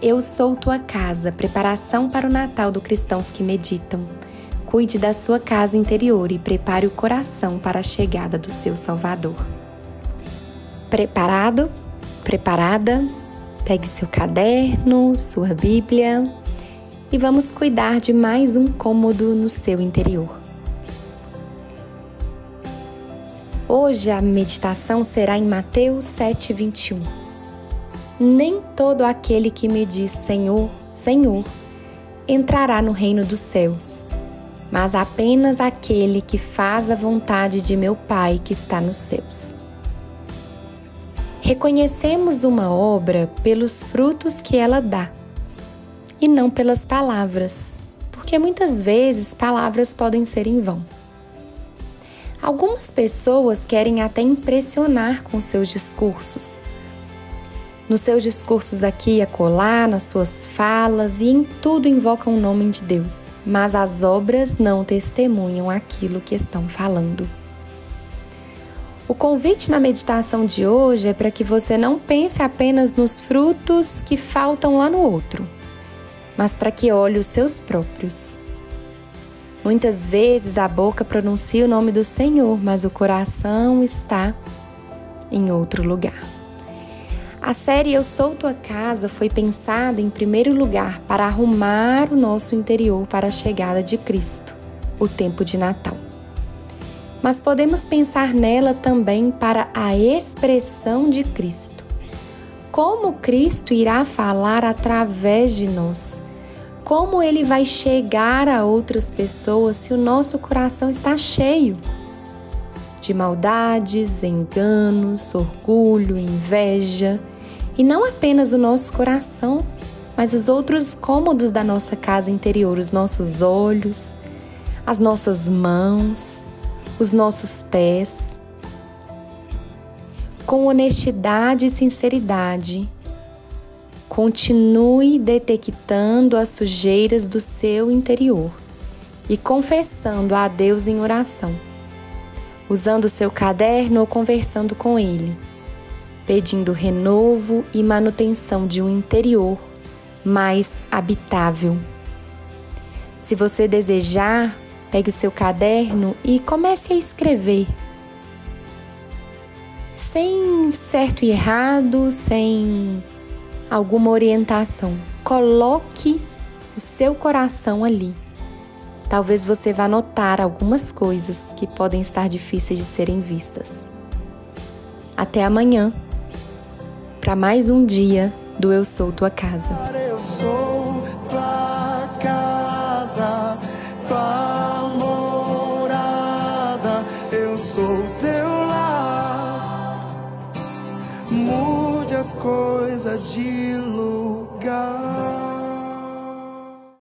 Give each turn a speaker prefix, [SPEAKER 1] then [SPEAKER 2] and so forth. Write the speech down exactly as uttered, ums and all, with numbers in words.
[SPEAKER 1] Eu sou tua casa, preparação para o Natal do cristãos que meditam. Cuide da sua casa interior e prepare o coração para a chegada do seu Salvador. Preparado? Preparada? Pegue seu caderno, sua Bíblia e vamos cuidar de mais um cômodo no seu interior. Hoje a meditação será em Mateus sete, vinte e um. Nem todo aquele que me diz Senhor, Senhor, entrará no reino dos céus, mas apenas aquele que faz a vontade de meu Pai que está nos céus. Reconhecemos uma obra pelos frutos que ela dá, e não pelas palavras, porque muitas vezes palavras podem ser em vão. Algumas pessoas querem até impressionar com seus discursos. Nos seus discursos aqui e acolá, nas suas falas e em tudo invocam o nome de Deus, mas as obras não testemunham aquilo que estão falando. O convite na meditação de hoje é para que você não pense apenas nos frutos que faltam lá no outro, mas para que olhe os seus próprios. Muitas vezes a boca pronuncia o nome do Senhor, mas o coração está em outro lugar. A série Eu Sou Tua Casa foi pensada em primeiro lugar para arrumar o nosso interior para a chegada de Cristo, o tempo de Natal. Mas podemos pensar nela também para a expressão de Cristo. Como Cristo irá falar através de nós? Como Ele vai chegar a outras pessoas se o nosso coração está cheio de maldades, enganos, orgulho, inveja? E não apenas o nosso coração, mas os outros cômodos da nossa casa interior, os nossos olhos, as nossas mãos, os nossos pés. Com honestidade e sinceridade, continue detectando as sujeiras do seu interior e confessando a Deus em oração, usando seu caderno ou conversando com Ele, pedindo renovo e manutenção de um interior mais habitável. Se você desejar, pegue o seu caderno e comece a escrever, sem certo e errado, sem alguma orientação. Coloque o seu coração ali. Talvez você vá notar algumas coisas que podem estar difíceis de serem vistas. Até amanhã, para mais um dia do Eu Sou Tua Casa.
[SPEAKER 2] Eu sou tua casa, tua morada, eu sou teu lar. Mude as coisas de lugar.